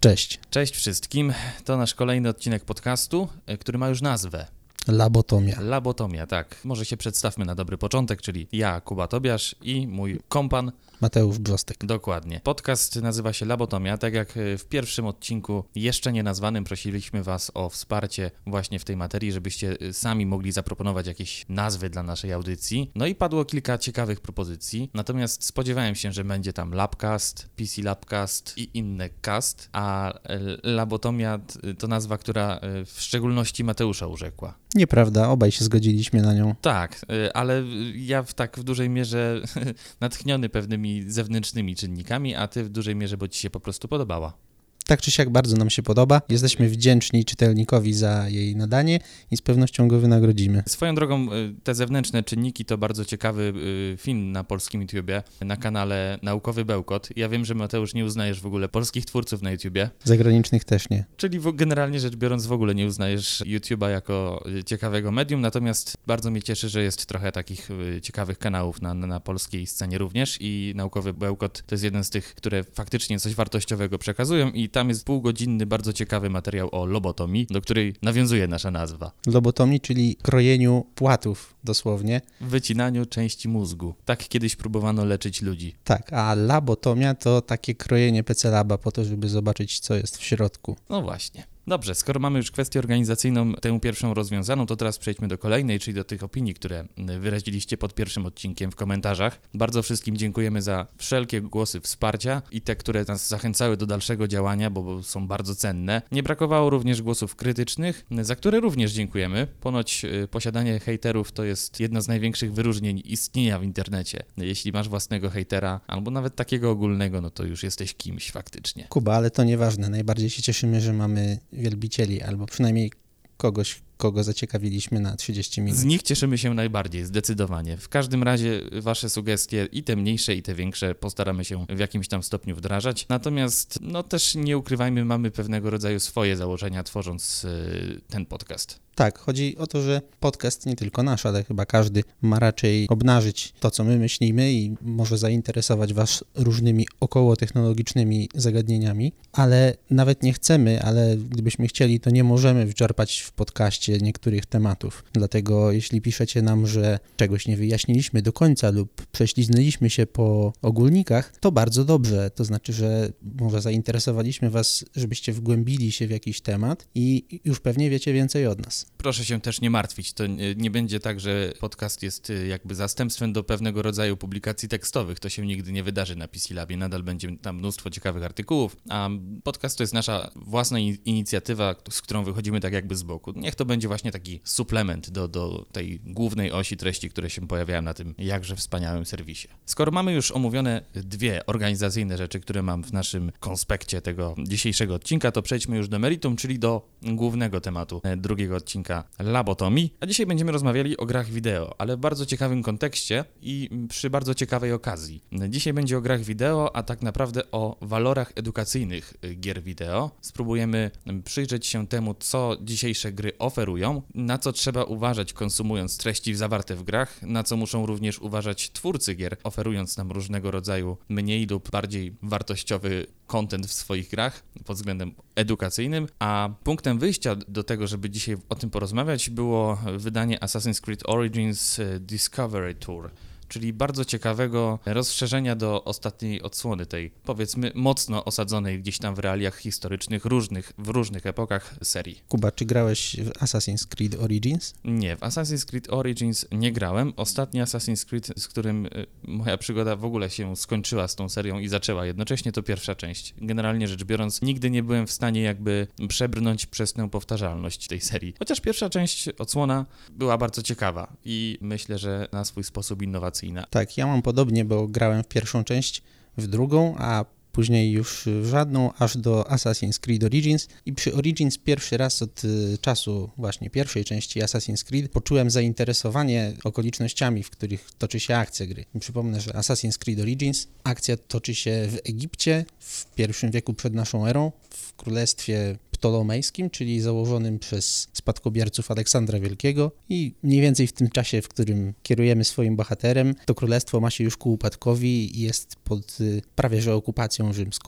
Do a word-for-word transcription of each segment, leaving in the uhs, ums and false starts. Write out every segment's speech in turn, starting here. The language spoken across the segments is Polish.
Cześć. Cześć wszystkim. To nasz kolejny odcinek podcastu, który ma już nazwę. Labotomia. Labotomia, tak. Może się przedstawmy na dobry początek, czyli ja, Kuba Tobiasz i mój kompan Mateusz Brzostek. Dokładnie. Podcast nazywa się Labotomia. Tak jak w pierwszym odcinku, jeszcze nie nazwanym, prosiliśmy Was o wsparcie właśnie w tej materii, żebyście sami mogli zaproponować jakieś nazwy dla naszej audycji. No i padło kilka ciekawych propozycji, natomiast spodziewałem się, że będzie tam Labcast, P C Labcast i inne cast, a Labotomia to nazwa, która w szczególności Mateusza urzekła. Nieprawda, obaj się zgodziliśmy na nią. Tak, ale ja w tak w dużej mierze natchniony pewnymi zewnętrznymi czynnikami, a ty w dużej mierze, bo ci się po prostu podobała. Tak czy siak bardzo nam się podoba. Jesteśmy wdzięczni czytelnikowi za jej nadanie i z pewnością go wynagrodzimy. Swoją drogą te zewnętrzne czynniki to bardzo ciekawy film na polskim YouTubie, na kanale Naukowy Bełkot. Ja wiem, że Mateusz nie uznajesz w ogóle polskich twórców na YouTubie. Zagranicznych też nie. Czyli generalnie rzecz biorąc w ogóle nie uznajesz YouTube'a jako ciekawego medium, natomiast bardzo mnie cieszy, że jest trochę takich ciekawych kanałów na, na polskiej scenie również i Naukowy Bełkot to jest jeden z tych, które faktycznie coś wartościowego przekazują i tam jest półgodzinny, bardzo ciekawy materiał o lobotomii, do której nawiązuje nasza nazwa. Lobotomii, czyli krojeniu płatów dosłownie. Wycinaniu części mózgu. Tak kiedyś próbowano leczyć ludzi. Tak, a labotomia to takie krojenie pecelaba po to, żeby zobaczyć, co jest w środku. No właśnie. Dobrze, skoro mamy już kwestię organizacyjną, tę pierwszą rozwiązaną, to teraz przejdźmy do kolejnej, czyli do tych opinii, które wyraziliście pod pierwszym odcinkiem w komentarzach. Bardzo wszystkim dziękujemy za wszelkie głosy wsparcia i te, które nas zachęcały do dalszego działania, bo są bardzo cenne. Nie brakowało również głosów krytycznych, za które również dziękujemy. Ponoć posiadanie hejterów to jest jedna z największych wyróżnień istnienia w internecie. Jeśli masz własnego hejtera, albo nawet takiego ogólnego, no to już jesteś kimś faktycznie. Kuba, ale to nieważne. Najbardziej się cieszymy, że mamy wielbicieli, albo przynajmniej kogoś, kogo zaciekawiliśmy na trzydzieści minut. Z nich cieszymy się najbardziej, zdecydowanie. W każdym razie wasze sugestie, i te mniejsze, i te większe, postaramy się w jakimś tam stopniu wdrażać. Natomiast, no też nie ukrywajmy, mamy pewnego rodzaju swoje założenia, tworząc yy, ten podcast. Tak, chodzi o to, że podcast nie tylko nasz, ale chyba każdy ma raczej obnażyć to, co my myślimy i może zainteresować was różnymi okołotechnologicznymi zagadnieniami, ale nawet nie chcemy, ale gdybyśmy chcieli, to nie możemy wyczerpać w podcaście niektórych tematów. Dlatego jeśli piszecie nam, że czegoś nie wyjaśniliśmy do końca lub prześliznęliśmy się po ogólnikach, to bardzo dobrze. To znaczy, że może zainteresowaliśmy was, żebyście wgłębili się w jakiś temat i już pewnie wiecie więcej od nas. Proszę się też nie martwić, to nie będzie tak, że podcast jest jakby zastępstwem do pewnego rodzaju publikacji tekstowych, to się nigdy nie wydarzy na P C Labie, nadal będzie tam mnóstwo ciekawych artykułów, a podcast to jest nasza własna inicjatywa, z którą wychodzimy tak jakby z boku. Niech to będzie właśnie taki suplement do, do tej głównej osi treści, które się pojawiają na tym jakże wspaniałym serwisie. Skoro mamy już omówione dwie organizacyjne rzeczy, które mam w naszym konspekcie tego dzisiejszego odcinka, to przejdźmy już do meritum, czyli do głównego tematu drugiego odcinka Labotomii, a dzisiaj będziemy rozmawiali o grach wideo, ale w bardzo ciekawym kontekście i przy bardzo ciekawej okazji. Dzisiaj będzie o grach wideo, a tak naprawdę o walorach edukacyjnych gier wideo. Spróbujemy przyjrzeć się temu, co dzisiejsze gry oferują, na co trzeba uważać konsumując treści zawarte w grach, na co muszą również uważać twórcy gier, oferując nam różnego rodzaju mniej lub bardziej wartościowy content w swoich grach pod względem edukacyjnym, a punktem wyjścia do tego, żeby dzisiaj o tym porozmawiać, było wydanie Assassin's Creed Origins Discovery Tour, czyli bardzo ciekawego rozszerzenia do ostatniej odsłony tej, powiedzmy, mocno osadzonej gdzieś tam w realiach historycznych różnych, w różnych epokach serii. Kuba, czy grałeś w Assassin's Creed Origins? Nie, w Assassin's Creed Origins nie grałem. Ostatni Assassin's Creed, z którym moja przygoda w ogóle się skończyła z tą serią i zaczęła jednocześnie, to pierwsza część. Generalnie rzecz biorąc, nigdy nie byłem w stanie jakby przebrnąć przez tę powtarzalność tej serii. Chociaż pierwsza część odsłona była bardzo ciekawa i myślę, że na swój sposób innowacyjna. Tak, ja mam podobnie, bo grałem w pierwszą część, w drugą, a później już w żadną, aż do Assassin's Creed Origins i przy Origins pierwszy raz od czasu właśnie pierwszej części Assassin's Creed poczułem zainteresowanie okolicznościami, w których toczy się akcja gry. I przypomnę, że Assassin's Creed Origins, akcja toczy się w Egipcie w pierwszym wieku przed naszą erą, w królestwie ptolomejskim, czyli założonym przez spadkobierców Aleksandra Wielkiego i mniej więcej w tym czasie, w którym kierujemy swoim bohaterem, to królestwo ma się już ku upadkowi i jest pod prawie że okupacją rzymską.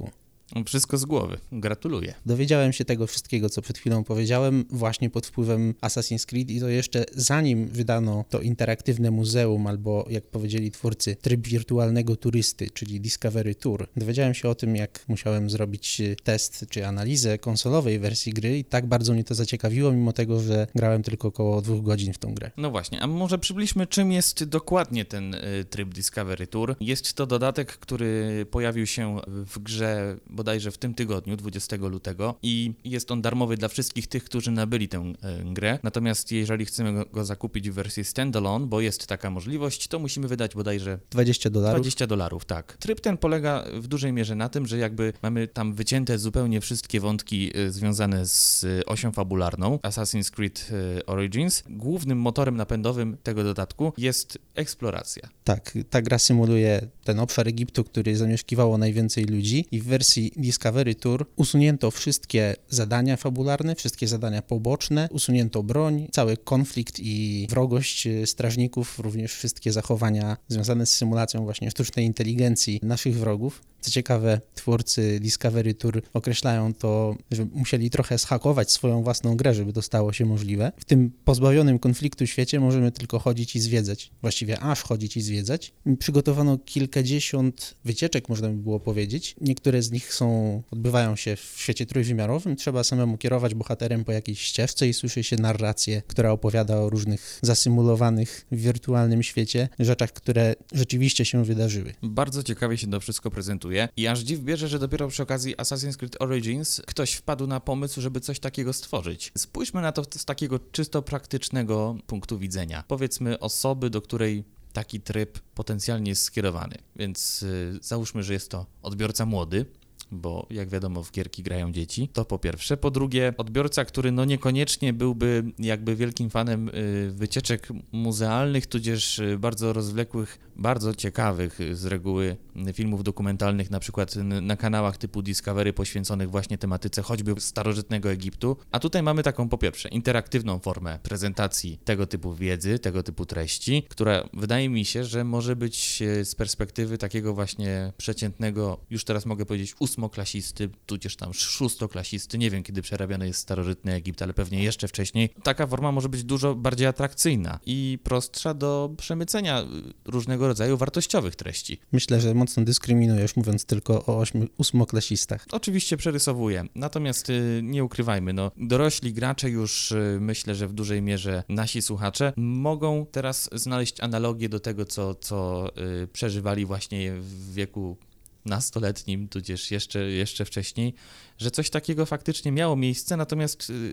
Wszystko z głowy. Gratuluję. Dowiedziałem się tego wszystkiego, co przed chwilą powiedziałem, właśnie pod wpływem Assassin's Creed i to jeszcze zanim wydano to interaktywne muzeum, albo jak powiedzieli twórcy, tryb wirtualnego turysty, czyli Discovery Tour. Dowiedziałem się o tym, jak musiałem zrobić test czy analizę konsolowej wersji gry i tak bardzo mnie to zaciekawiło, mimo tego, że grałem tylko około dwóch godzin w tą grę. No właśnie, a może przybliżmy, czym jest dokładnie ten y, tryb Discovery Tour. Jest to dodatek, który pojawił się w grze bodajże w tym tygodniu, dwudziestego lutego i jest on darmowy dla wszystkich tych, którzy nabyli tę y, grę. Natomiast jeżeli chcemy go, go zakupić w wersji standalone, bo jest taka możliwość, to musimy wydać bodajże dwadzieścia dolarów. dwadzieścia dolarów, tak. Tryb ten polega w dużej mierze na tym, że jakby mamy tam wycięte zupełnie wszystkie wątki y, związane z y, osią fabularną Assassin's Creed y, Origins. Głównym motorem napędowym tego dodatku jest eksploracja. Tak, ta gra symuluje ten obszar Egiptu, który zamieszkiwało najwięcej ludzi i w wersji Discovery Tour usunięto wszystkie zadania fabularne, wszystkie zadania poboczne, usunięto broń, cały konflikt i wrogość strażników, również wszystkie zachowania związane z symulacją właśnie sztucznej inteligencji naszych wrogów. Co ciekawe, twórcy Discovery Tour określają to, że musieli trochę zhakować swoją własną grę, żeby to stało się możliwe. W tym pozbawionym konfliktu świecie możemy tylko chodzić i zwiedzać, właściwie aż chodzić i zwiedzać. Przygotowano kilkadziesiąt wycieczek, można by było powiedzieć. Niektóre z nich są, odbywają się w świecie trójwymiarowym. Trzeba samemu kierować bohaterem po jakiejś ścieżce i słyszy się narrację, która opowiada o różnych zasymulowanych w wirtualnym świecie rzeczach, które rzeczywiście się wydarzyły. Bardzo ciekawie się to wszystko prezentuje. I aż dziw bierze, że dopiero przy okazji Assassin's Creed Origins ktoś wpadł na pomysł, żeby coś takiego stworzyć. Spójrzmy na to z takiego czysto praktycznego punktu widzenia. Powiedzmy osoby, do której taki tryb potencjalnie jest skierowany. Więc yy, załóżmy, że jest to odbiorca młody, bo jak wiadomo w gierki grają dzieci, to po pierwsze. Po drugie, odbiorca, który no niekoniecznie byłby jakby wielkim fanem y, wycieczek muzealnych, tudzież y, bardzo rozwlekłych, bardzo ciekawych y, z reguły y, filmów dokumentalnych, na przykład y, na kanałach typu Discovery poświęconych właśnie tematyce choćby starożytnego Egiptu. A tutaj mamy taką po pierwsze interaktywną formę prezentacji tego typu wiedzy, tego typu treści, która wydaje mi się, że może być y, z perspektywy takiego właśnie przeciętnego, już teraz mogę powiedzieć ósmoklasisty, tudzież tam szóstoklasisty, nie wiem kiedy przerabiany jest starożytny Egipt, ale pewnie jeszcze wcześniej, taka forma może być dużo bardziej atrakcyjna i prostsza do przemycenia różnego rodzaju wartościowych treści. Myślę, że mocno dyskryminujesz, mówiąc tylko o ośmiu, ósmoklasistach. Oczywiście przerysowuję, natomiast y, nie ukrywajmy, no dorośli gracze już y, myślę, że w dużej mierze nasi słuchacze mogą teraz znaleźć analogię do tego, co, co y, przeżywali właśnie w wieku nastoletnim, tudzież jeszcze, jeszcze wcześniej, że coś takiego faktycznie miało miejsce, natomiast y,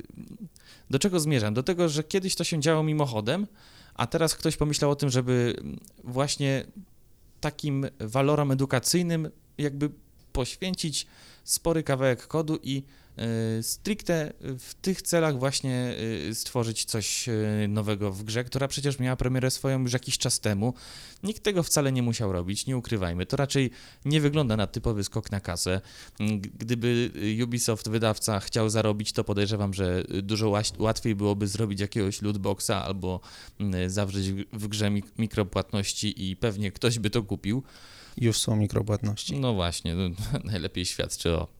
do czego zmierzam? Do tego, że kiedyś to się działo mimochodem, a teraz ktoś pomyślał o tym, żeby właśnie takim walorom edukacyjnym jakby poświęcić spory kawałek kodu i y, stricte w tych celach właśnie y, stworzyć coś y, nowego w grze, która przecież miała premierę swoją już jakiś czas temu. Nikt tego wcale nie musiał robić, nie ukrywajmy. To raczej nie wygląda na typowy skok na kasę. Gdyby Ubisoft, wydawca, chciał zarobić, to podejrzewam, że dużo łatwiej byłoby zrobić jakiegoś lootboxa albo y, zawrzeć w grze mik- mikropłatności i pewnie ktoś by to kupił. Już są mikropłatności. No właśnie, no, najlepiej świadczy o...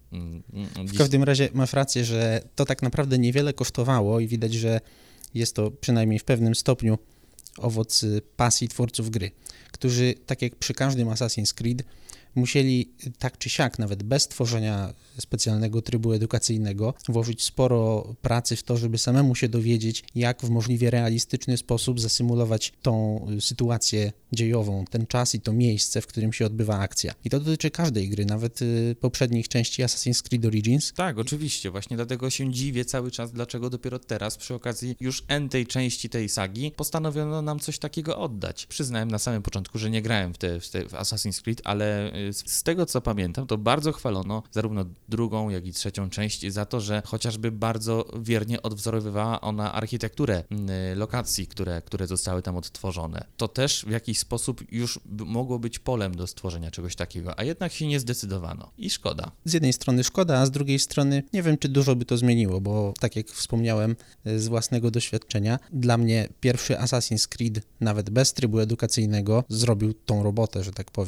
W każdym razie masz rację, że to tak naprawdę niewiele kosztowało i widać, że jest to przynajmniej w pewnym stopniu owoc pasji twórców gry, którzy, tak jak przy każdym Assassin's Creed, musieli tak czy siak, nawet bez tworzenia specjalnego trybu edukacyjnego, włożyć sporo pracy w to, żeby samemu się dowiedzieć, jak w możliwie realistyczny sposób zasymulować tą sytuację dziejową, ten czas i to miejsce, w którym się odbywa akcja. I to dotyczy każdej gry, nawet poprzednich części Assassin's Creed Origins. Tak, oczywiście, właśnie dlatego się dziwię cały czas, dlaczego dopiero teraz, przy okazji już n-tej części tej sagi, postanowiono nam coś takiego oddać. Przyznałem na samym początku, że nie grałem w, te, w, te, w Assassin's Creed, ale z tego co pamiętam, to bardzo chwalono zarówno drugą, jak i trzecią część za to, że chociażby bardzo wiernie odwzorowywała ona architekturę lokacji, które, które zostały tam odtworzone. To też w jakiś sposób już mogło być polem do stworzenia czegoś takiego, a jednak się nie zdecydowano. I szkoda. Z jednej strony szkoda, a z drugiej strony nie wiem, czy dużo by to zmieniło, bo tak jak wspomniałem z własnego doświadczenia, dla mnie pierwszy Assassin's Creed, nawet bez trybu edukacyjnego, zrobił tą robotę, że tak powiem.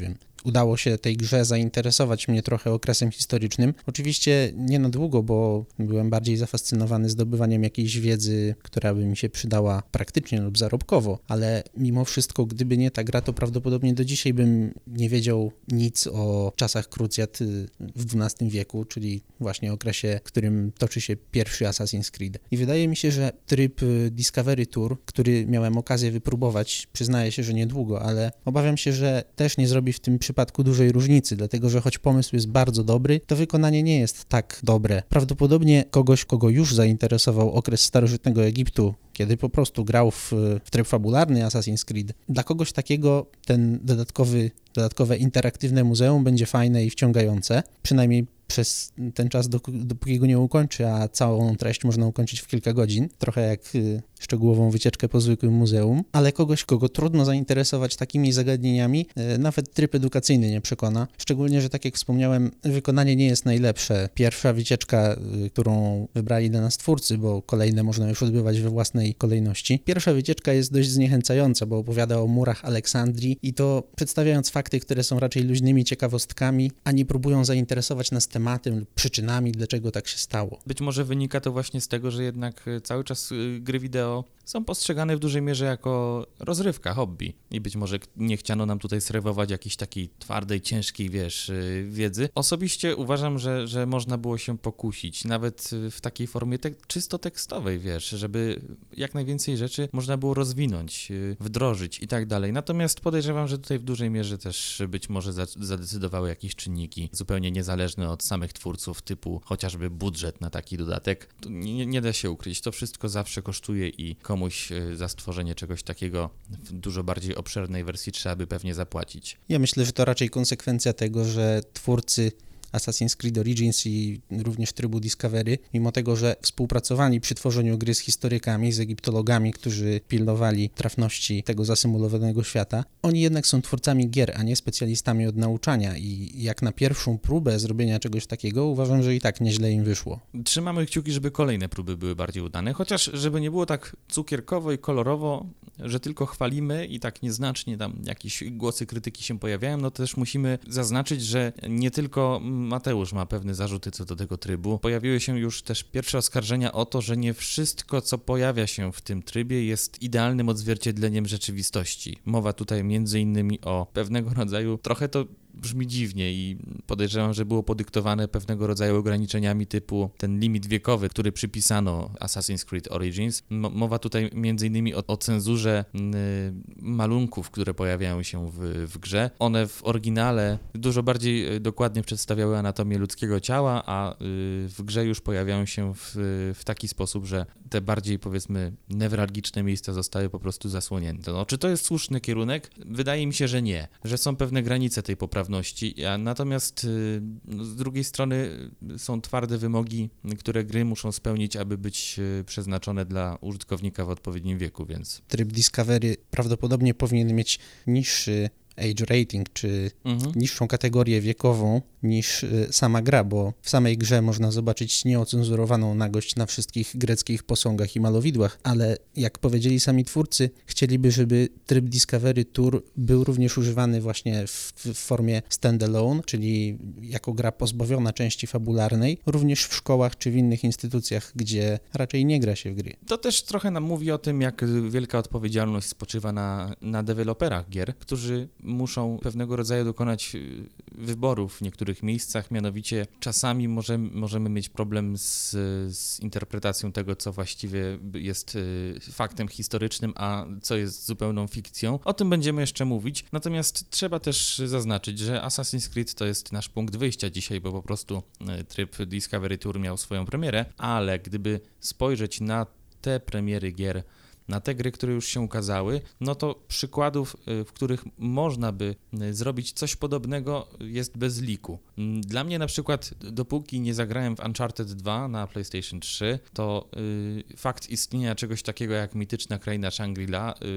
udało się tej grze zainteresować mnie trochę okresem historycznym. Oczywiście nie na długo, bo byłem bardziej zafascynowany zdobywaniem jakiejś wiedzy, która by mi się przydała praktycznie lub zarobkowo, ale mimo wszystko, gdyby nie ta gra, to prawdopodobnie do dzisiaj bym nie wiedział nic o czasach krucjat w dwunastym wieku, czyli właśnie okresie, w którym toczy się pierwszy Assassin's Creed. I wydaje mi się, że tryb Discovery Tour, który miałem okazję wypróbować, przyznaję się, że niedługo, ale obawiam się, że też nie zrobi w tym przypadku dużej różnicy, dlatego że choć pomysł jest bardzo dobry, to wykonanie nie jest tak dobre. Prawdopodobnie kogoś, kogo już zainteresował okres starożytnego Egiptu, kiedy po prostu grał w, w tryb fabularny Assassin's Creed, dla kogoś takiego ten dodatkowy, dodatkowe interaktywne muzeum będzie fajne i wciągające, przynajmniej przez ten czas, dopóki go nie ukończy, a całą treść można ukończyć w kilka godzin, trochę jak y, szczegółową wycieczkę po zwykłym muzeum, ale kogoś, kogo trudno zainteresować takimi zagadnieniami, y, nawet tryb edukacyjny nie przekona, szczególnie, że tak jak wspomniałem, wykonanie nie jest najlepsze. Pierwsza wycieczka, y, którą wybrali dla nas twórcy, bo kolejne można już odbywać we własnej kolejności. Pierwsza wycieczka jest dość zniechęcająca, bo opowiada o murach Aleksandrii i to przedstawiając fakty, które są raczej luźnymi ciekawostkami, a nie próbują zainteresować nas tematem lub przyczynami, dlaczego tak się stało. Być może wynika to właśnie z tego, że jednak cały czas gry wideo są postrzegane w dużej mierze jako rozrywka, hobby i być może nie chciano nam tutaj serwować jakiejś takiej twardej, ciężkiej, wiesz, wiedzy. Osobiście uważam, że, że można było się pokusić, nawet w takiej formie te- czysto tekstowej, wiesz, żeby jak najwięcej rzeczy można było rozwinąć, wdrożyć i tak dalej. Natomiast podejrzewam, że tutaj w dużej mierze też być może za- zadecydowały jakieś czynniki zupełnie niezależne od samych twórców, typu chociażby budżet na taki dodatek. To nie, nie da się ukryć, to wszystko zawsze kosztuje i komuś za stworzenie czegoś takiego w dużo bardziej obszernej wersji trzeba by pewnie zapłacić. Ja myślę, że to raczej konsekwencja tego, że twórcy Assassin's Creed Origins i również trybu Discovery, mimo tego, że współpracowali przy tworzeniu gry z historykami, z egiptologami, którzy pilnowali trafności tego zasymulowanego świata, oni jednak są twórcami gier, a nie specjalistami od nauczania i jak na pierwszą próbę zrobienia czegoś takiego uważam, że i tak nieźle im wyszło. Trzymamy kciuki, żeby kolejne próby były bardziej udane, chociaż żeby nie było tak cukierkowo i kolorowo, że tylko chwalimy i tak nieznacznie tam jakieś głosy krytyki się pojawiają, no to też musimy zaznaczyć, że nie tylko Mateusz ma pewne zarzuty co do tego trybu. Pojawiły się już też pierwsze oskarżenia o to, że nie wszystko, co pojawia się w tym trybie, jest idealnym odzwierciedleniem rzeczywistości. Mowa tutaj między innymi o pewnego rodzaju, trochę to brzmi dziwnie i podejrzewam, że było podyktowane pewnego rodzaju ograniczeniami typu ten limit wiekowy, który przypisano Assassin's Creed Origins. M- mowa tutaj między innymi o, o cenzurze y, malunków, które pojawiają się w, w grze. One w oryginale dużo bardziej dokładnie przedstawiały anatomię ludzkiego ciała, a y, w grze już pojawiają się w, w taki sposób, że te bardziej, powiedzmy, newralgiczne miejsca zostały po prostu zasłonięte. No, czy to jest słuszny kierunek? Wydaje mi się, że nie. Że są pewne granice tej poprawności. A natomiast no, z drugiej strony są twarde wymogi, które gry muszą spełnić, aby być przeznaczone dla użytkownika w odpowiednim wieku, więc... Tryb Discovery prawdopodobnie powinien mieć niższy age rating, czy mhm. niższą kategorię wiekową niż y, sama gra, bo w samej grze można zobaczyć nieocenzurowaną nagość na wszystkich greckich posągach i malowidłach, ale jak powiedzieli sami twórcy, chcieliby, żeby tryb Discovery Tour był również używany właśnie w, w formie standalone, czyli jako gra pozbawiona części fabularnej, również w szkołach czy w innych instytucjach, gdzie raczej nie gra się w gry. To też trochę nam mówi o tym, jak wielka odpowiedzialność spoczywa na, na deweloperach gier, którzy muszą pewnego rodzaju dokonać wyborów w niektórych miejscach, mianowicie czasami może, możemy mieć problem z, z interpretacją tego, co właściwie jest faktem historycznym, a co jest zupełną fikcją. O tym będziemy jeszcze mówić, natomiast trzeba też zaznaczyć, że Assassin's Creed to jest nasz punkt wyjścia dzisiaj, bo po prostu tryb Discovery Tour miał swoją premierę, ale gdyby spojrzeć na te premiery gier, na te gry, które już się ukazały, no to przykładów, w których można by zrobić coś podobnego, jest bez liku. Dla mnie na przykład, dopóki nie zagrałem w Uncharted dwa na PlayStation trzy, to yy, fakt istnienia czegoś takiego jak mityczna kraina Shangri-La yy,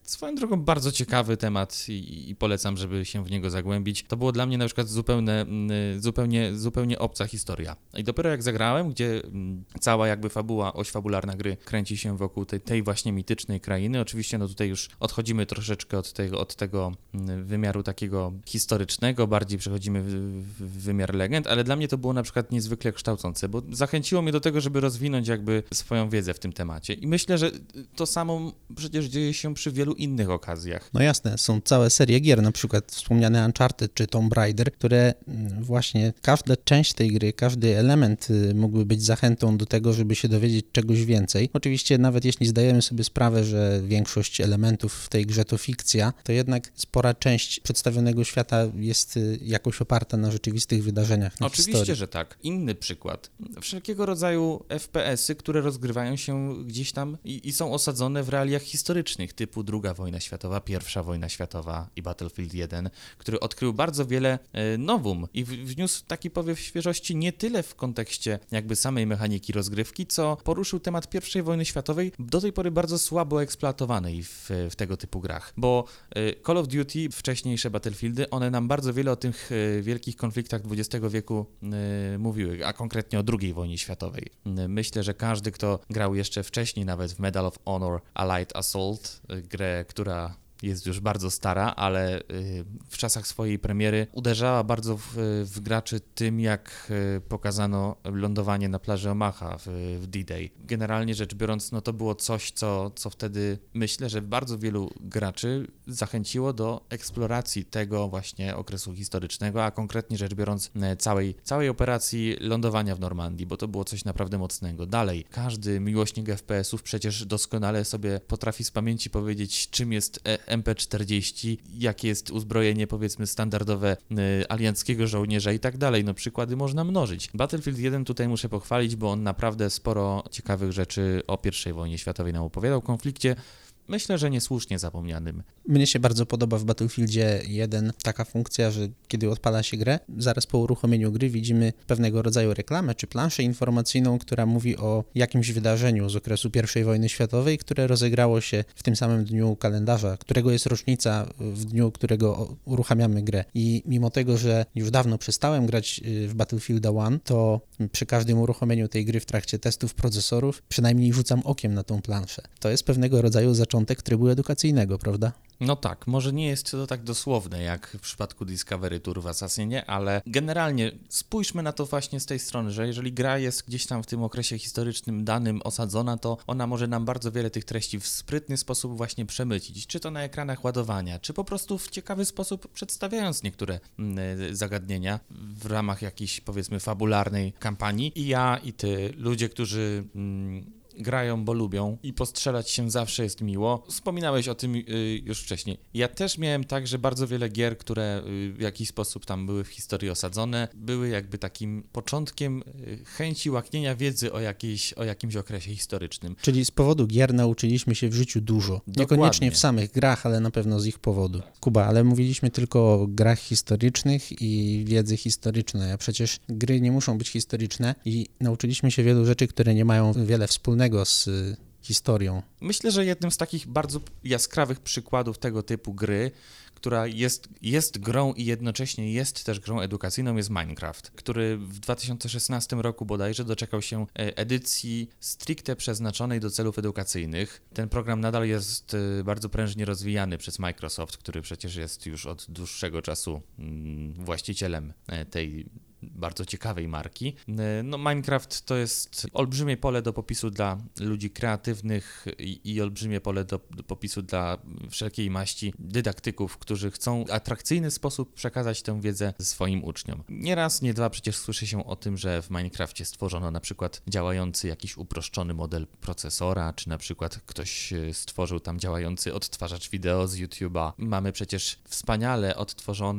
Swoją drogą bardzo ciekawy temat i, i polecam, żeby się w niego zagłębić. To było dla mnie na przykład zupełne, zupełnie, zupełnie obca historia. I dopiero jak zagrałem, gdzie cała jakby fabuła, oś fabularna gry kręci się wokół tej, tej właśnie mitycznej krainy. Oczywiście no tutaj już odchodzimy troszeczkę od tego, od tego wymiaru takiego historycznego, bardziej przechodzimy w, w wymiar legend, ale dla mnie to było na przykład niezwykle kształcące, bo zachęciło mnie do tego, żeby rozwinąć jakby swoją wiedzę w tym temacie. I myślę, że to samo przecież dzieje się przy wielu innych okazjach. No jasne, są całe serie gier, na przykład wspomniane Uncharted czy Tomb Raider, które właśnie każda część tej gry, każdy element mógłby być zachętą do tego, żeby się dowiedzieć czegoś więcej. Oczywiście nawet jeśli zdajemy sobie sprawę, że większość elementów w tej grze to fikcja, to jednak spora część przedstawionego świata jest jakoś oparta na rzeczywistych wydarzeniach, na Oczywiście, historii. że tak. Inny przykład. Wszelkiego rodzaju F P S-y, które rozgrywają się gdzieś tam i, i są osadzone w realiach historycznych, typu druga wojna światowa, pierwsza wojna światowa i Battlefield jeden, który odkrył bardzo wiele e, nowum i w, wniósł taki powiew świeżości nie tyle w kontekście jakby samej mechaniki rozgrywki, co poruszył temat pierwszej wojny światowej, do tej pory bardzo słabo eksploatowanej w, w tego typu grach, bo e, Call of Duty, wcześniejsze Battlefieldy, one nam bardzo wiele o tych e, wielkich konfliktach dwudziestego wieku e, mówiły, a konkretnie o drugiej wojnie światowej. E, myślę, że każdy, kto grał jeszcze wcześniej nawet w Medal of Honor Allied Assault, e, grę, która jest już bardzo stara, ale w czasach swojej premiery uderzała bardzo w, w graczy tym, jak pokazano lądowanie na plaży Omaha w, w D-Day. Generalnie rzecz biorąc, no to było coś, co, co wtedy myślę, że bardzo wielu graczy zachęciło do eksploracji tego właśnie okresu historycznego, a konkretnie rzecz biorąc całej, całej operacji lądowania w Normandii, bo to było coś naprawdę mocnego. Dalej, każdy miłośnik F P S-ów przecież doskonale sobie potrafi z pamięci powiedzieć, czym jest M P czterdzieści, jakie jest uzbrojenie powiedzmy standardowe y, alianckiego żołnierza i tak dalej. No przykłady można mnożyć. Battlefield jeden tutaj muszę pochwalić, bo on naprawdę sporo ciekawych rzeczy o pierwszej wojnie światowej nam opowiadał, konflikcie, myślę, że niesłusznie zapomnianym. Mnie się bardzo podoba w Battlefieldzie jeden taka funkcja, że kiedy odpala się grę, zaraz po uruchomieniu gry widzimy pewnego rodzaju reklamę czy planszę informacyjną, która mówi o jakimś wydarzeniu z okresu pierwszej wojny światowej, które rozegrało się w tym samym dniu kalendarza, którego jest rocznica w dniu, którego uruchamiamy grę. I mimo tego, że już dawno przestałem grać w Battlefield jeden, to przy każdym uruchomieniu tej gry w trakcie testów procesorów przynajmniej rzucam okiem na tą planszę. To jest pewnego rodzaju zaczątek trybu edukacyjnego, prawda? No tak, może nie jest to tak dosłowne jak w przypadku Discovery Tour w Assassinie, ale generalnie spójrzmy na to właśnie z tej strony, że jeżeli gra jest gdzieś tam w tym okresie historycznym danym osadzona, to ona może nam bardzo wiele tych treści w sprytny sposób właśnie przemycić, czy to na ekranach ładowania, czy po prostu w ciekawy sposób przedstawiając niektóre mm, zagadnienia w ramach jakiejś powiedzmy fabularnej kampanii. I ja, i ty, ludzie, którzy... Mm, grają, bo lubią i postrzelać się zawsze jest miło. Wspominałeś o tym y, już wcześniej. Ja też miałem tak, że bardzo wiele gier, które y, w jakiś sposób tam były w historii osadzone, były jakby takim początkiem y, chęci łaknienia wiedzy o, jakiejś, o jakimś okresie historycznym. Czyli z powodu gier nauczyliśmy się w życiu dużo. Dokładnie. Niekoniecznie w samych grach, ale na pewno z ich powodu. Kuba, ale mówiliśmy tylko o grach historycznych i wiedzy historycznej, a przecież gry nie muszą być historyczne i nauczyliśmy się wielu rzeczy, które nie mają wiele wspólnego z historią. Myślę, że jednym z takich bardzo jaskrawych przykładów tego typu gry, która jest, jest grą i jednocześnie jest też grą edukacyjną, jest Minecraft, który w dwa tysiące szesnastym roku bodajże doczekał się edycji stricte przeznaczonej do celów edukacyjnych. Ten program nadal jest bardzo prężnie rozwijany przez Microsoft, który przecież jest już od dłuższego czasu właścicielem tej bardzo ciekawej marki. No Minecraft to jest olbrzymie pole do popisu dla ludzi kreatywnych i, i olbrzymie pole do, do popisu dla wszelkiej maści dydaktyków, którzy chcą w atrakcyjny sposób przekazać tę wiedzę swoim uczniom. Nie raz, nie dwa przecież słyszy się o tym, że w Minecrafcie stworzono na przykład działający jakiś uproszczony model procesora, czy na przykład ktoś stworzył tam działający odtwarzacz wideo z YouTube'a. Mamy przecież wspaniale odtworzone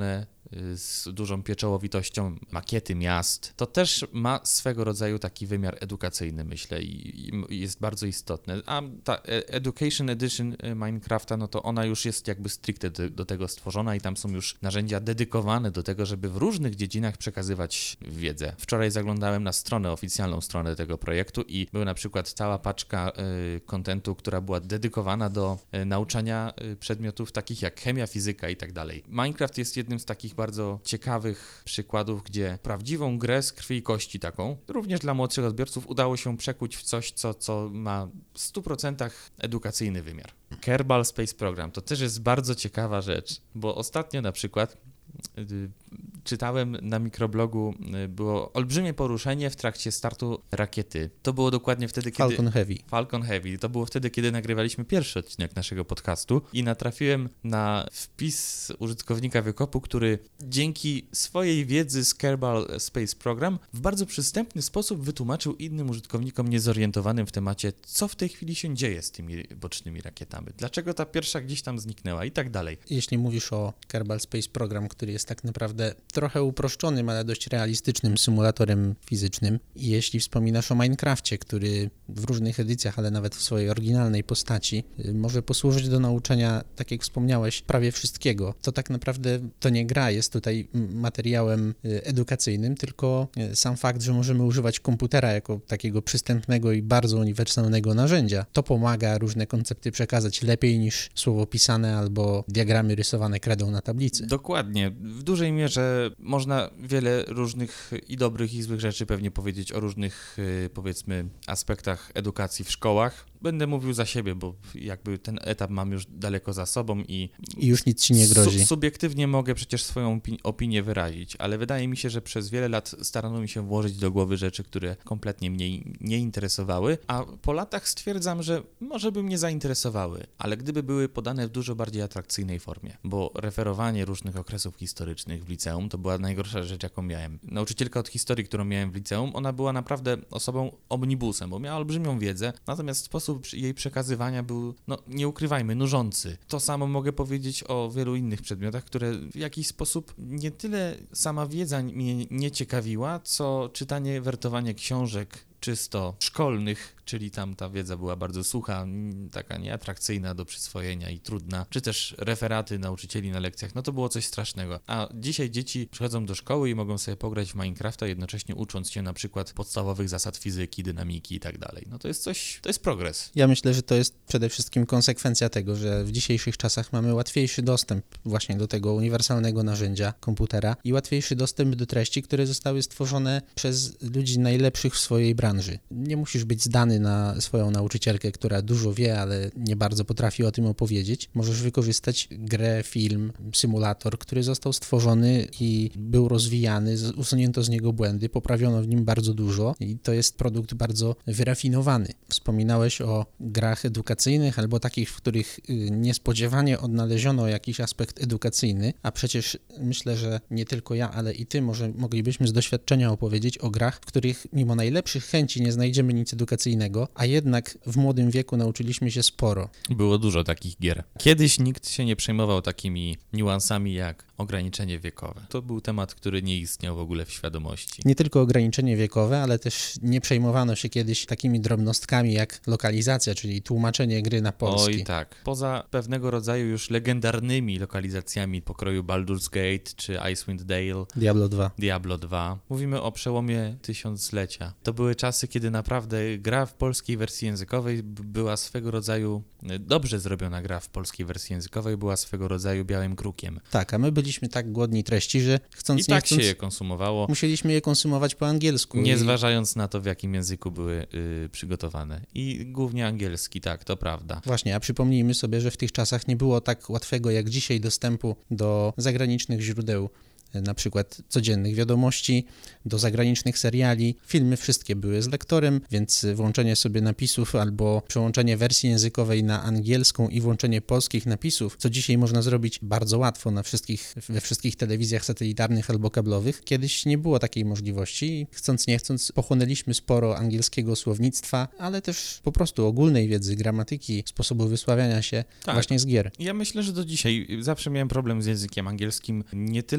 z dużą pieczołowitością makiety miast. To też ma swego rodzaju taki wymiar edukacyjny, myślę, i, i jest bardzo istotne. A ta Education Edition Minecrafta, no to ona już jest jakby stricte do, do tego stworzona i tam są już narzędzia dedykowane do tego, żeby w różnych dziedzinach przekazywać wiedzę. Wczoraj zaglądałem na stronę, oficjalną stronę tego projektu i była na przykład cała paczka kontentu, y, która była dedykowana do y, nauczania y, przedmiotów takich jak chemia, fizyka i tak dalej. Minecraft jest jednym z takich bardzo ciekawych przykładów, gdzie prawdziwą grę z krwi i kości taką, również dla młodszych odbiorców, udało się przekuć w coś, co, co ma w stu procentach edukacyjny wymiar. Kerbal Space Program to też jest bardzo ciekawa rzecz, bo ostatnio na przykład y, czytałem na mikroblogu, było olbrzymie poruszenie w trakcie startu rakiety. To było dokładnie wtedy, kiedy... Falcon Heavy. Falcon Heavy. To było wtedy, kiedy nagrywaliśmy pierwszy odcinek naszego podcastu i natrafiłem na wpis użytkownika Wykopu, który dzięki swojej wiedzy z Kerbal Space Program w bardzo przystępny sposób wytłumaczył innym użytkownikom niezorientowanym w temacie, co w tej chwili się dzieje z tymi bocznymi rakietami. Dlaczego ta pierwsza gdzieś tam zniknęła i tak dalej. Jeśli mówisz o Kerbal Space Program, który jest tak naprawdę trochę uproszczonym, ale dość realistycznym symulatorem fizycznym. I jeśli wspominasz o Minecrafcie, który w różnych edycjach, ale nawet w swojej oryginalnej postaci może posłużyć do nauczania, tak jak wspomniałeś, prawie wszystkiego, to tak naprawdę to nie gra jest tutaj materiałem edukacyjnym, tylko sam fakt, że możemy używać komputera jako takiego przystępnego i bardzo uniwersalnego narzędzia. To pomaga różne koncepty przekazać lepiej niż słowo pisane albo diagramy rysowane kredą na tablicy. Dokładnie. W dużej mierze można wiele różnych i dobrych, i złych rzeczy pewnie powiedzieć o różnych, powiedzmy, aspektach edukacji w szkołach. Będę mówił za siebie, bo jakby ten etap mam już daleko za sobą i... I już nic ci nie grozi. Su- subiektywnie mogę przecież swoją opi- opinię wyrazić, ale wydaje mi się, że przez wiele lat starano mi się włożyć do głowy rzeczy, które kompletnie mnie nie interesowały, a po latach stwierdzam, że może by mnie zainteresowały, ale gdyby były podane w dużo bardziej atrakcyjnej formie, bo referowanie różnych okresów historycznych w liceum to była najgorsza rzecz, jaką miałem. Nauczycielka od historii, którą miałem w liceum, ona była naprawdę osobą omnibusem, bo miała olbrzymią wiedzę, natomiast sposób jej przekazywania był, no nie ukrywajmy, nużący. To samo mogę powiedzieć o wielu innych przedmiotach, które w jakiś sposób nie tyle sama wiedza mnie nie ciekawiła, co czytanie, wertowanie książek czysto szkolnych, czyli tam ta wiedza była bardzo sucha, taka nieatrakcyjna do przyswojenia i trudna, czy też referaty nauczycieli na lekcjach, no to było coś strasznego. A dzisiaj dzieci przychodzą do szkoły i mogą sobie pograć w Minecrafta, jednocześnie ucząc się na przykład podstawowych zasad fizyki, dynamiki i tak dalej. No to jest coś, to jest progres. Ja myślę, że to jest przede wszystkim konsekwencja tego, że w dzisiejszych czasach mamy łatwiejszy dostęp właśnie do tego uniwersalnego narzędzia komputera i łatwiejszy dostęp do treści, które zostały stworzone przez ludzi najlepszych w swojej branży. Nie musisz być zdany na swoją nauczycielkę, która dużo wie, ale nie bardzo potrafi o tym opowiedzieć. Możesz wykorzystać grę, film, symulator, który został stworzony i był rozwijany, usunięto z niego błędy, poprawiono w nim bardzo dużo i to jest produkt bardzo wyrafinowany. Wspominałeś o grach edukacyjnych albo takich, w których niespodziewanie odnaleziono jakiś aspekt edukacyjny, a przecież myślę, że nie tylko ja, ale i ty może moglibyśmy z doświadczenia opowiedzieć o grach, w których mimo najlepszych chęci nie znajdziemy nic edukacyjnego, a jednak w młodym wieku nauczyliśmy się sporo. Było dużo takich gier. Kiedyś nikt się nie przejmował takimi niuansami jak ograniczenie wiekowe. To był temat, który nie istniał w ogóle w świadomości. Nie tylko ograniczenie wiekowe, ale też nie przejmowano się kiedyś takimi drobnostkami jak lokalizacja, czyli tłumaczenie gry na polski. Oj tak. Poza pewnego rodzaju już legendarnymi lokalizacjami pokroju Baldur's Gate czy Icewind Dale, Diablo dwa. Diablo dwa. Mówimy o przełomie tysiąclecia. To były czasy, kiedy naprawdę gra w polskiej wersji językowej była swego rodzaju, dobrze zrobiona gra w polskiej wersji językowej była swego rodzaju białym krukiem. Tak, a my byliśmy tak głodni treści, że chcąc I nie tak chcąc, się je konsumowało. musieliśmy je konsumować po angielsku. Nie i... zważając na to, w jakim języku były y, przygotowane. I głównie angielski, tak, to prawda. Właśnie, a przypomnijmy sobie, że w tych czasach nie było tak łatwego jak dzisiaj dostępu do zagranicznych źródeł, na przykład codziennych wiadomości, do zagranicznych seriali. Filmy wszystkie były z lektorem, więc włączenie sobie napisów albo przełączenie wersji językowej na angielską i włączenie polskich napisów, co dzisiaj można zrobić bardzo łatwo na wszystkich, we wszystkich telewizjach satelitarnych albo kablowych. Kiedyś nie było takiej możliwości i chcąc nie chcąc pochłonęliśmy sporo angielskiego słownictwa, ale też po prostu ogólnej wiedzy, gramatyki, sposobu wysławiania się tak. właśnie z gier. Ja myślę, że do dzisiaj zawsze miałem problem z językiem angielskim. Nie tyle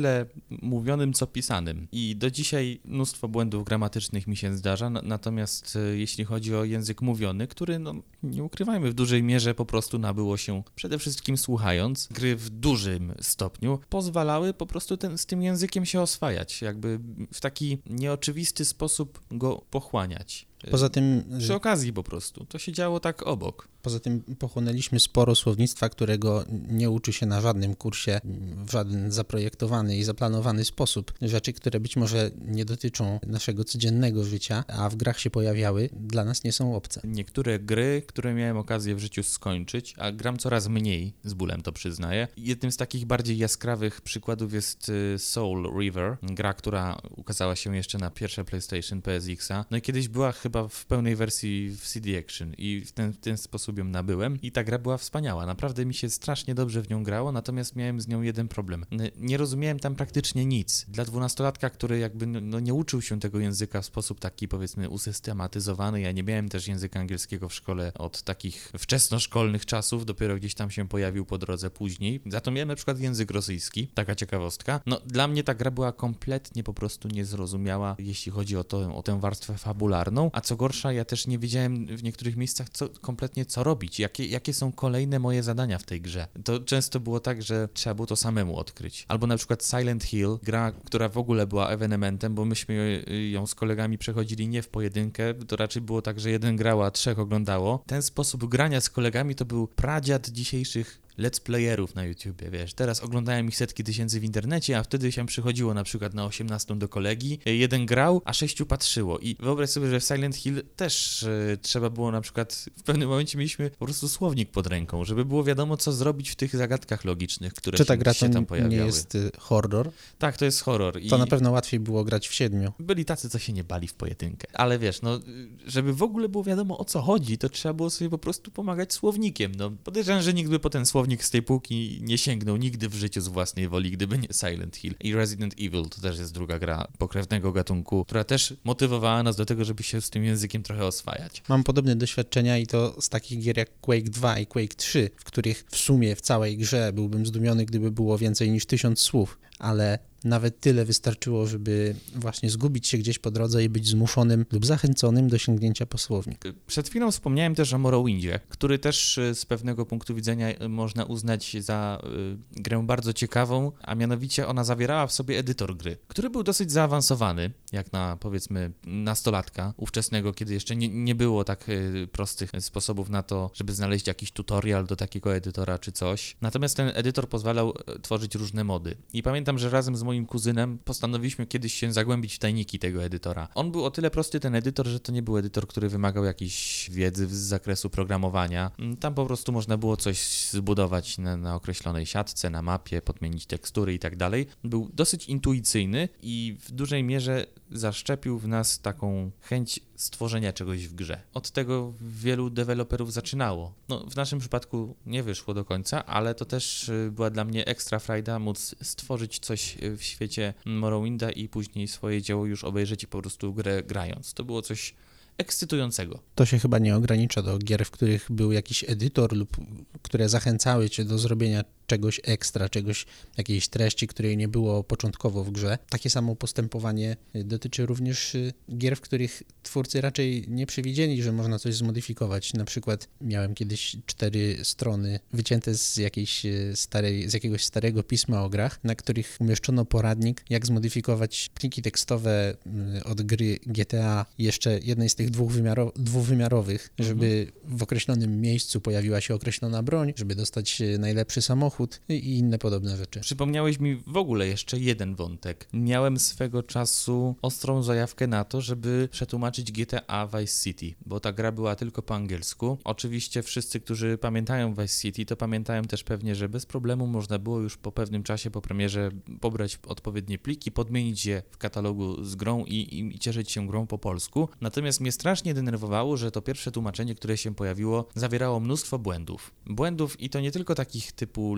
mówionym, co pisanym. I do dzisiaj mnóstwo błędów gramatycznych mi się zdarza, n- natomiast e, jeśli chodzi o język mówiony, który, no nie ukrywajmy, w dużej mierze po prostu nabyło się przede wszystkim słuchając, gry w dużym stopniu pozwalały po prostu ten, z tym językiem się oswajać, jakby w taki nieoczywisty sposób go pochłaniać. Poza tym, Przy okazji po prostu. To się działo tak obok. Poza tym pochłonęliśmy sporo słownictwa, którego nie uczy się na żadnym kursie, w żaden zaprojektowany i zaplanowany sposób. Rzeczy, które być może nie dotyczą naszego codziennego życia, a w grach się pojawiały, dla nas nie są obce. Niektóre gry, które miałem okazję w życiu skończyć, a gram coraz mniej, z bólem to przyznaję. Jednym z takich bardziej jaskrawych przykładów jest Soul River, gra, która ukazała się jeszcze na pierwsze PlayStation, P S X-a. No i kiedyś była chyba w pełnej wersji w C D Action i w ten, w ten sposób ją nabyłem i ta gra była wspaniała. Naprawdę mi się strasznie dobrze w nią grało, natomiast miałem z nią jeden problem. Nie rozumiałem tam praktycznie nic. Dla dwunastolatka, który jakby no, nie uczył się tego języka w sposób taki, powiedzmy, usystematyzowany, ja nie miałem też języka angielskiego w szkole od takich wczesnoszkolnych czasów, dopiero gdzieś tam się pojawił po drodze później. Za to miałem na przykład język rosyjski, taka ciekawostka. No, dla mnie ta gra była kompletnie po prostu niezrozumiała, jeśli chodzi o, to, o tę warstwę fabularną, a co gorsza, ja też nie wiedziałem w niektórych miejscach co, kompletnie co robić, jakie, jakie są kolejne moje zadania w tej grze. To często było tak, że trzeba było to samemu odkryć. Albo na przykład Silent Hill, gra, która w ogóle była ewenementem, bo myśmy ją z kolegami przechodzili nie w pojedynkę, to raczej było tak, że jeden grał, a trzech oglądało. Ten sposób grania z kolegami to był pradziad dzisiejszych let's playerów na YouTubie, wiesz, teraz oglądałem ich setki tysięcy w internecie, a wtedy się przychodziło na przykład na osiemnastą do kolegi, jeden grał, a sześciu patrzyło i wyobraź sobie, że w Silent Hill też e, trzeba było na przykład, w pewnym momencie mieliśmy po prostu słownik pod ręką, żeby było wiadomo, co zrobić w tych zagadkach logicznych, które Czy ta się, gra się to tam pojawiały. nie jest y, horror? Tak, to jest horror. I to na pewno łatwiej było grać w siedmiu. byli tacy, co się nie bali w pojedynkę. Ale wiesz, no, żeby w ogóle było wiadomo, o co chodzi, to trzeba było sobie po prostu pomagać słownikiem. No, podejrzewam, że nikt by po ten słownik z tej półki nie sięgnął nigdy w życiu z własnej woli, gdyby nie Silent Hill. I Resident Evil to też jest druga gra pokrewnego gatunku, która też motywowała nas do tego, żeby się z tym językiem trochę oswajać. Mam podobne doświadczenia i to z takich gier jak Quake dwa i Quake trzy, w których w sumie w całej grze byłbym zdumiony, gdyby było więcej niż tysiąc słów, ale nawet tyle wystarczyło, żeby właśnie zgubić się gdzieś po drodze i być zmuszonym lub zachęconym do sięgnięcia po słownik. Przed chwilą wspomniałem też o Morrowindzie, który też z pewnego punktu widzenia można uznać za y, grę bardzo ciekawą, a mianowicie ona zawierała w sobie edytor gry, który był dosyć zaawansowany, jak na powiedzmy nastolatka ówczesnego, kiedy jeszcze nie, nie było tak y, prostych sposobów na to, żeby znaleźć jakiś tutorial do takiego edytora czy coś. Natomiast ten edytor pozwalał tworzyć różne mody. I pamiętam, że razem z moim kuzynem postanowiliśmy kiedyś się zagłębić w tajniki tego edytora. On był o tyle prosty, ten edytor, że to nie był edytor, który wymagał jakiejś wiedzy z zakresu programowania. Tam po prostu można było coś zbudować na, na określonej siatce, na mapie, podmienić tekstury i tak dalej. Był dosyć intuicyjny i w dużej mierze zaszczepił w nas taką chęć stworzenia czegoś w grze. Od tego wielu deweloperów zaczynało. No, w naszym przypadku nie wyszło do końca, ale to też była dla mnie ekstra frajda móc stworzyć coś w świecie Morrowinda i później swoje dzieło już obejrzeć i po prostu grę grając. To było coś ekscytującego. To się chyba nie ogranicza do gier, w których był jakiś edytor lub które zachęcały cię do zrobienia czegoś ekstra, czegoś, jakiejś treści, której nie było początkowo w grze. Takie samo postępowanie dotyczy również gier, w których twórcy raczej nie przewidzieli, że można coś zmodyfikować. Na przykład miałem kiedyś cztery strony wycięte z jakiejś starej, z jakiegoś starego pisma o grach, na których umieszczono poradnik, jak zmodyfikować pliki tekstowe od gry G T A, jeszcze jednej z tych dwuwymiaro- dwuwymiarowych, żeby w określonym miejscu pojawiła się określona broń, żeby dostać najlepszy samochód i inne podobne rzeczy. Przypomniałeś mi w ogóle jeszcze jeden wątek. Miałem swego czasu ostrą zajawkę na to, żeby przetłumaczyć G T A Vice City, bo ta gra była tylko po angielsku. Oczywiście wszyscy, którzy pamiętają Vice City, to pamiętają też pewnie, że bez problemu można było już po pewnym czasie, po premierze, pobrać odpowiednie pliki, podmienić je w katalogu z grą i, i, i cieszyć się grą po polsku. Natomiast mnie strasznie denerwowało, że to pierwsze tłumaczenie, które się pojawiło, zawierało mnóstwo błędów. Błędów i to nie tylko takich typu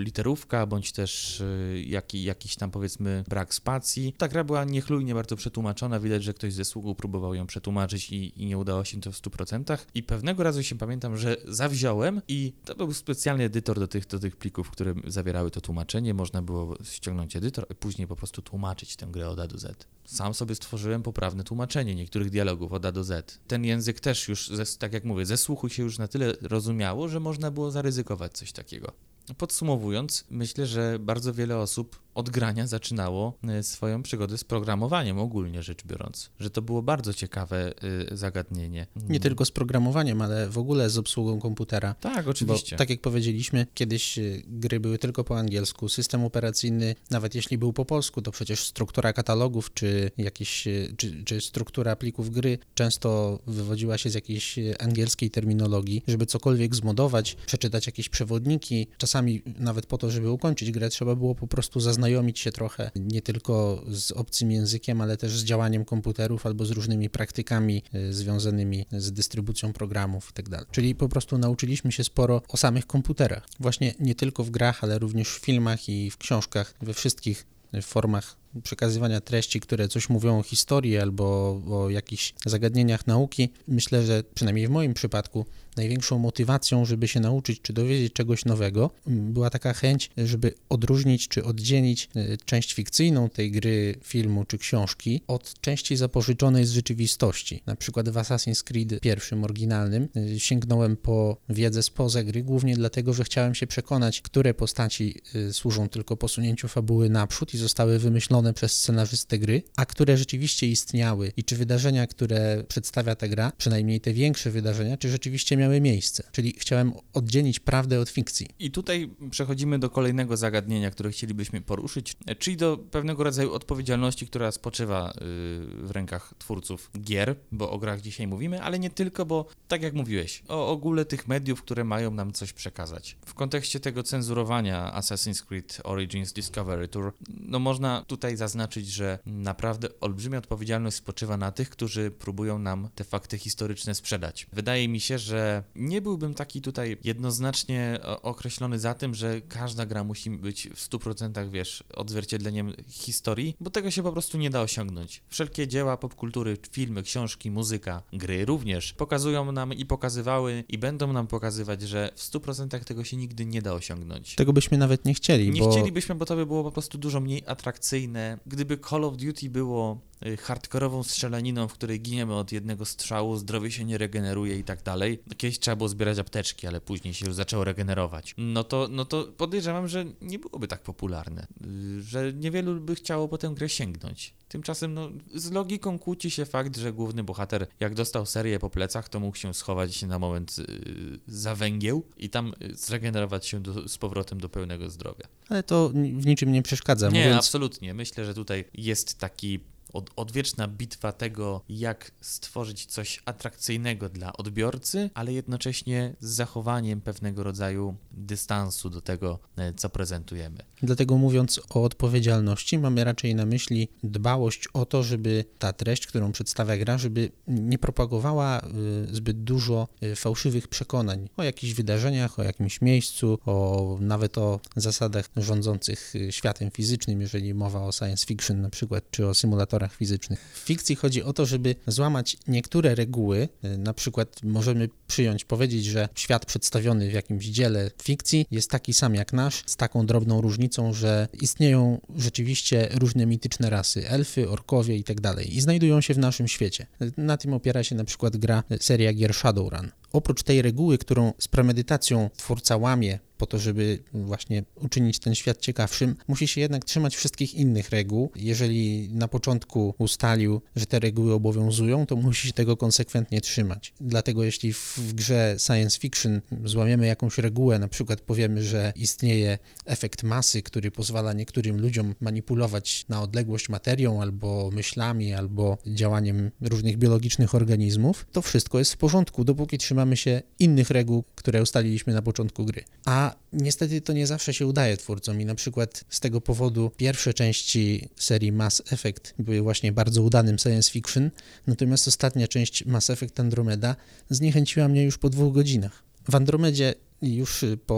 literówka, bądź też jak, jakiś tam powiedzmy brak spacji. Ta gra była niechlujnie bardzo przetłumaczona, widać, że ktoś ze słuchu próbował ją przetłumaczyć i, i nie udało się to w stu procentach. I pewnego razu się pamiętam, że zawziąłem i to był specjalny edytor do tych, do tych plików, które zawierały to tłumaczenie. Można było ściągnąć edytor i później po prostu tłumaczyć tę grę od A do Z. Sam sobie stworzyłem poprawne tłumaczenie niektórych dialogów od A do Z. Ten język też już, ze, tak jak mówię, ze słuchu się już na tyle rozumiało, że można było zaryzykować coś takiego. Podsumowując, myślę, że bardzo wiele osób od grania zaczynało swoją przygodę z programowaniem, ogólnie rzecz biorąc. Że to było bardzo ciekawe y, zagadnienie. Nie tylko z programowaniem, ale w ogóle z obsługą komputera. Tak, oczywiście. Bo, tak jak powiedzieliśmy, kiedyś gry były tylko po angielsku. System operacyjny, nawet jeśli był po polsku, to przecież struktura katalogów czy jakieś, czy, czy struktura plików gry często wywodziła się z jakiejś angielskiej terminologii. Żeby cokolwiek zmodować, przeczytać jakieś przewodniki, czasami nawet po to, żeby ukończyć grę, trzeba było po prostu zaznajomić się trochę nie tylko z obcym językiem, ale też z działaniem komputerów albo z różnymi praktykami związanymi z dystrybucją programów i tak dalej. Czyli po prostu nauczyliśmy się sporo o samych komputerach. Właśnie nie tylko w grach, ale również w filmach i w książkach, we wszystkich formach przekazywania treści, które coś mówią o historii albo o jakichś zagadnieniach nauki. Myślę, że przynajmniej w moim przypadku największą motywacją, żeby się nauczyć czy dowiedzieć czegoś nowego, była taka chęć, żeby odróżnić czy oddzielić część fikcyjną tej gry, filmu czy książki od części zapożyczonej z rzeczywistości. Na przykład w Assassin's Creed pierwszym, oryginalnym, sięgnąłem po wiedzę spoza gry, głównie dlatego, że chciałem się przekonać, które postaci służą tylko posunięciu fabuły naprzód i zostały wymyślone przez scenarzystę gry, a które rzeczywiście istniały i czy wydarzenia, które przedstawia ta gra, przynajmniej te większe wydarzenia, czy rzeczywiście miały miejsce. Czyli chciałem oddzielić prawdę od fikcji. I tutaj przechodzimy do kolejnego zagadnienia, które chcielibyśmy poruszyć, czyli do pewnego rodzaju odpowiedzialności, która spoczywa w rękach twórców gier, bo o grach dzisiaj mówimy, ale nie tylko, bo tak jak mówiłeś, o ogóle tych mediów, które mają nam coś przekazać. W kontekście tego cenzurowania Assassin's Creed Origins Discovery Tour, no można tutaj zaznaczyć, że naprawdę olbrzymia odpowiedzialność spoczywa na tych, którzy próbują nam te fakty historyczne sprzedać. Wydaje mi się, że nie byłbym taki tutaj jednoznacznie określony za tym, że każda gra musi być w stu procentach, wiesz, odzwierciedleniem historii, bo tego się po prostu nie da osiągnąć. Wszelkie dzieła popkultury, filmy, książki, muzyka, gry również pokazują nam i pokazywały i będą nam pokazywać, że w stu procentach tego się nigdy nie da osiągnąć. Tego byśmy nawet nie chcieli, Nie bo... chcielibyśmy, bo to by było po prostu dużo mniej atrakcyjne. Gdyby Call of Duty było hardkorową strzelaniną, w której giniemy od jednego strzału, zdrowie się nie regeneruje i tak dalej. Kiedyś trzeba było zbierać apteczki, ale później się już zaczęło regenerować. No to, no to podejrzewam, że nie byłoby tak popularne, że niewielu by chciało po tę grę sięgnąć. Tymczasem no, z logiką kłóci się fakt, że główny bohater, jak dostał serię po plecach, to mógł się schować się na moment yy, za węgieł i tam zregenerować się do, z powrotem do pełnego zdrowia. Ale to w niczym nie przeszkadza. Nie, mówiąc... absolutnie. Myślę, że tutaj jest taki Od, odwieczna bitwa tego, jak stworzyć coś atrakcyjnego dla odbiorcy, ale jednocześnie z zachowaniem pewnego rodzaju dystansu do tego, co prezentujemy. Dlatego mówiąc o odpowiedzialności, mamy raczej na myśli dbałość o to, żeby ta treść, którą przedstawia gra, żeby nie propagowała y, zbyt dużo y, fałszywych przekonań o jakichś wydarzeniach, o jakimś miejscu, o nawet o zasadach rządzących światem fizycznym, jeżeli mowa o science fiction na przykład, czy o symulatorach fizycznych. W fikcji chodzi o to, żeby złamać niektóre reguły, na przykład możemy przyjąć, powiedzieć, że świat przedstawiony w jakimś dziele fikcji jest taki sam jak nasz, z taką drobną różnicą, że istnieją rzeczywiście różne mityczne rasy, elfy, orkowie i tak dalej i znajdują się w naszym świecie. Na tym opiera się na przykład gra, seria gier Shadowrun. Oprócz tej reguły, którą z premedytacją twórca łamie po to, żeby właśnie uczynić ten świat ciekawszym, musi się jednak trzymać wszystkich innych reguł. Jeżeli na początku ustalił, że te reguły obowiązują, to musi się tego konsekwentnie trzymać. Dlatego jeśli w grze science fiction złamiemy jakąś regułę, na przykład powiemy, że istnieje efekt masy, który pozwala niektórym ludziom manipulować na odległość materią, albo myślami, albo działaniem różnych biologicznych organizmów, to wszystko jest w porządku, dopóki trzymamy się innych reguł, które ustaliliśmy na początku gry. A niestety to nie zawsze się udaje twórcom i na przykład z tego powodu pierwsze części serii Mass Effect były właśnie bardzo udanym science fiction, natomiast ostatnia część Mass Effect Andromeda zniechęciła mnie już po dwóch godzinach. W Andromedzie już po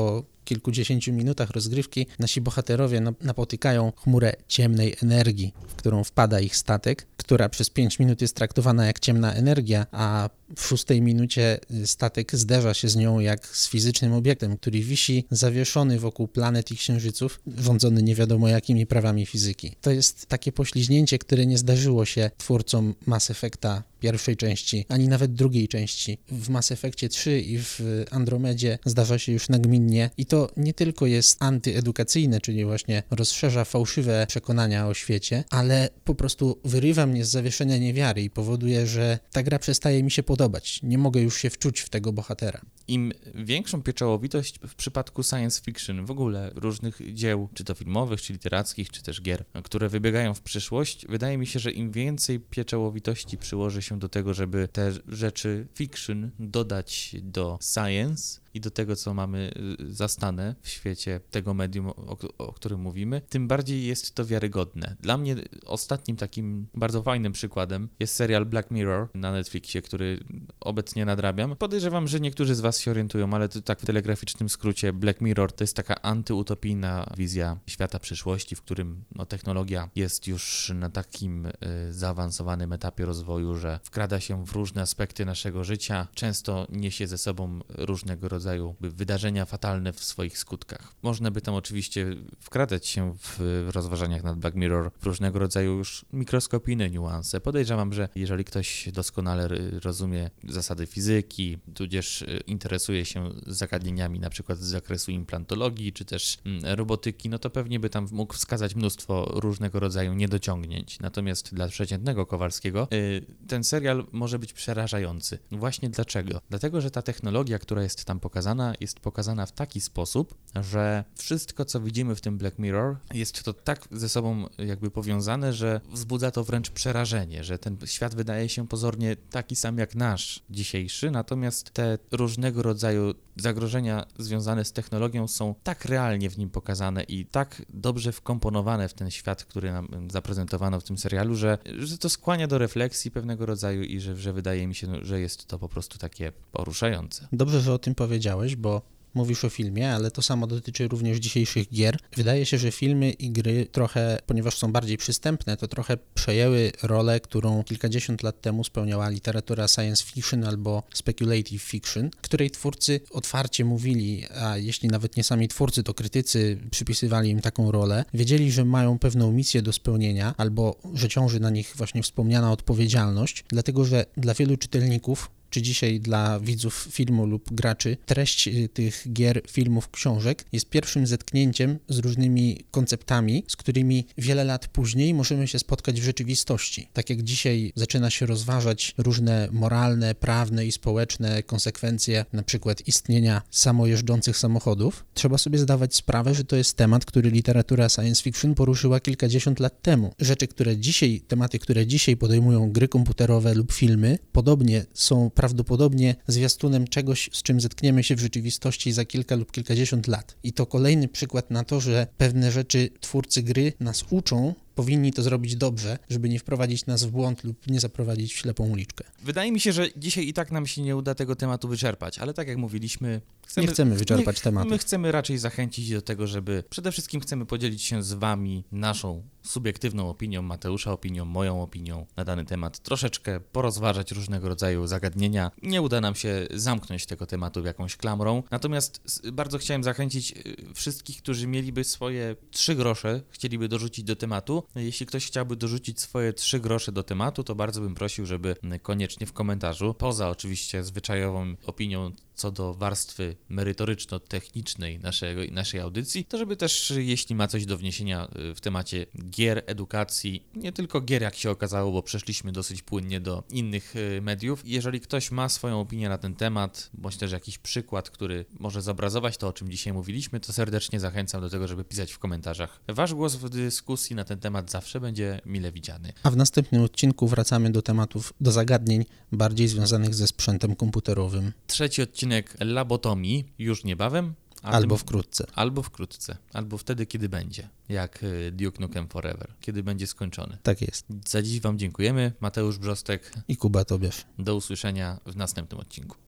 kilkudziesięciu minutach rozgrywki nasi bohaterowie napotykają chmurę ciemnej energii, w którą wpada ich statek, która przez pięć minut jest traktowana jak ciemna energia, a w szóstej minucie statek zderza się z nią jak z fizycznym obiektem, który wisi zawieszony wokół planet i księżyców, rządzony nie wiadomo jakimi prawami fizyki. To jest takie pośliźnięcie, które nie zdarzyło się twórcom Mass Effecta pierwszej części, ani nawet drugiej części. W Mass Effectie trzy i w Andromedzie zdarza się już nagminnie i to nie tylko jest antyedukacyjne, czyli właśnie rozszerza fałszywe przekonania o świecie, ale po prostu wyrywa mnie z zawieszenia niewiary i powoduje, że ta gra przestaje mi się podobać. Nie mogę już się wczuć w tego bohatera. Im większą pieczołowitość w przypadku science fiction, w ogóle różnych dzieł, czy to filmowych, czy literackich, czy też gier, które wybiegają w przyszłość, wydaje mi się, że im więcej pieczołowitości przyłoży się do tego, żeby te rzeczy fiction dodać do science i do tego, co mamy zastane w świecie tego medium, o, o którym mówimy, tym bardziej jest to wiarygodne. Dla mnie ostatnim takim bardzo fajnym przykładem jest serial Black Mirror na Netflixie, który obecnie nadrabiam. Podejrzewam, że niektórzy z was się orientują, ale to tak w telegraficznym skrócie Black Mirror to jest taka antyutopijna wizja świata przyszłości, w którym no, technologia jest już na takim y, zaawansowanym etapie rozwoju, że wkrada się w różne aspekty naszego życia, często niesie ze sobą różnego rodzaju wydarzenia fatalne w swoich skutkach. Można by tam oczywiście wkradać się w rozważaniach nad Black Mirror w różnego rodzaju już mikroskopijne niuanse. Podejrzewam, że jeżeli ktoś doskonale rozumie zasady fizyki, tudzież interesuje się zagadnieniami na przykład z zakresu implantologii, czy też robotyki, no to pewnie by tam mógł wskazać mnóstwo różnego rodzaju niedociągnięć. Natomiast dla przeciętnego Kowalskiego ten serial może być przerażający. Właśnie dlaczego? Dlatego, że ta technologia, która jest tam pokazana, jest pokazana w taki sposób, że wszystko, co widzimy w tym Black Mirror, jest to tak ze sobą jakby powiązane, że wzbudza to wręcz przerażenie, że ten świat wydaje się pozornie taki sam jak nasz dzisiejszy, natomiast te różnego rodzaju zagrożenia związane z technologią są tak realnie w nim pokazane i tak dobrze wkomponowane w ten świat, który nam zaprezentowano w tym serialu, że, że to skłania do refleksji pewnego rodzaju i że, że wydaje mi się, że jest to po prostu takie poruszające. Dobrze, że o tym powiedziałeś, bo mówisz o filmie, ale to samo dotyczy również dzisiejszych gier. Wydaje się, że filmy i gry trochę, ponieważ są bardziej przystępne, to trochę przejęły rolę, którą kilkadziesiąt lat temu spełniała literatura science fiction albo speculative fiction, której twórcy otwarcie mówili, a jeśli nawet nie sami twórcy, to krytycy przypisywali im taką rolę, wiedzieli, że mają pewną misję do spełnienia albo że ciąży na nich właśnie wspomniana odpowiedzialność, dlatego że dla wielu czytelników czy dzisiaj dla widzów filmu lub graczy, treść tych gier, filmów, książek jest pierwszym zetknięciem z różnymi konceptami, z którymi wiele lat później możemy się spotkać w rzeczywistości. Tak jak dzisiaj zaczyna się rozważać różne moralne, prawne i społeczne konsekwencje na przykład istnienia samojeżdżących samochodów, trzeba sobie zdawać sprawę, że to jest temat, który literatura science fiction poruszyła kilkadziesiąt lat temu. Rzeczy, które dzisiaj, tematy, które dzisiaj podejmują gry komputerowe lub filmy, podobnie są prawdopodobnie zwiastunem czegoś, z czym zetkniemy się w rzeczywistości za kilka lub kilkadziesiąt lat. I to kolejny przykład na to, że pewne rzeczy twórcy gry nas uczą, powinni to zrobić dobrze, żeby nie wprowadzić nas w błąd lub nie zaprowadzić w ślepą uliczkę. Wydaje mi się, że dzisiaj i tak nam się nie uda tego tematu wyczerpać, ale tak jak mówiliśmy... Chcemy, nie chcemy wyczerpać nie, tematu. My chcemy raczej zachęcić do tego, żeby... Przede wszystkim chcemy podzielić się z wami naszą subiektywną opinią, Mateusza opinią, moją opinią na dany temat. Troszeczkę porozważać różnego rodzaju zagadnienia. Nie uda nam się zamknąć tego tematu jakąś klamrą, natomiast bardzo chciałem zachęcić wszystkich, którzy mieliby swoje trzy grosze, chcieliby dorzucić do tematu. Jeśli ktoś chciałby dorzucić swoje trzy grosze do tematu, to bardzo bym prosił, żeby koniecznie w komentarzu, poza oczywiście zwyczajową opinią co do warstwy merytoryczno-technicznej naszej, naszej audycji, to żeby też, jeśli ma coś do wniesienia w temacie gier, edukacji, nie tylko gier, jak się okazało, bo przeszliśmy dosyć płynnie do innych mediów. Jeżeli ktoś ma swoją opinię na ten temat, bądź też jakiś przykład, który może zobrazować to, o czym dzisiaj mówiliśmy, to serdecznie zachęcam do tego, żeby pisać w komentarzach. Wasz głos w dyskusji na ten temat zawsze będzie mile widziany. A w następnym odcinku wracamy do tematów, do zagadnień bardziej związanych ze sprzętem komputerowym. Trzeci odcinek Labotomii już niebawem. Albo tym, wkrótce. Albo wkrótce. Albo wtedy, kiedy będzie. Jak Duke Nukem Forever. Kiedy będzie skończony. Tak jest. Za dziś wam dziękujemy. Mateusz Brzostek i Kuba Tobiasz. Do usłyszenia w następnym odcinku.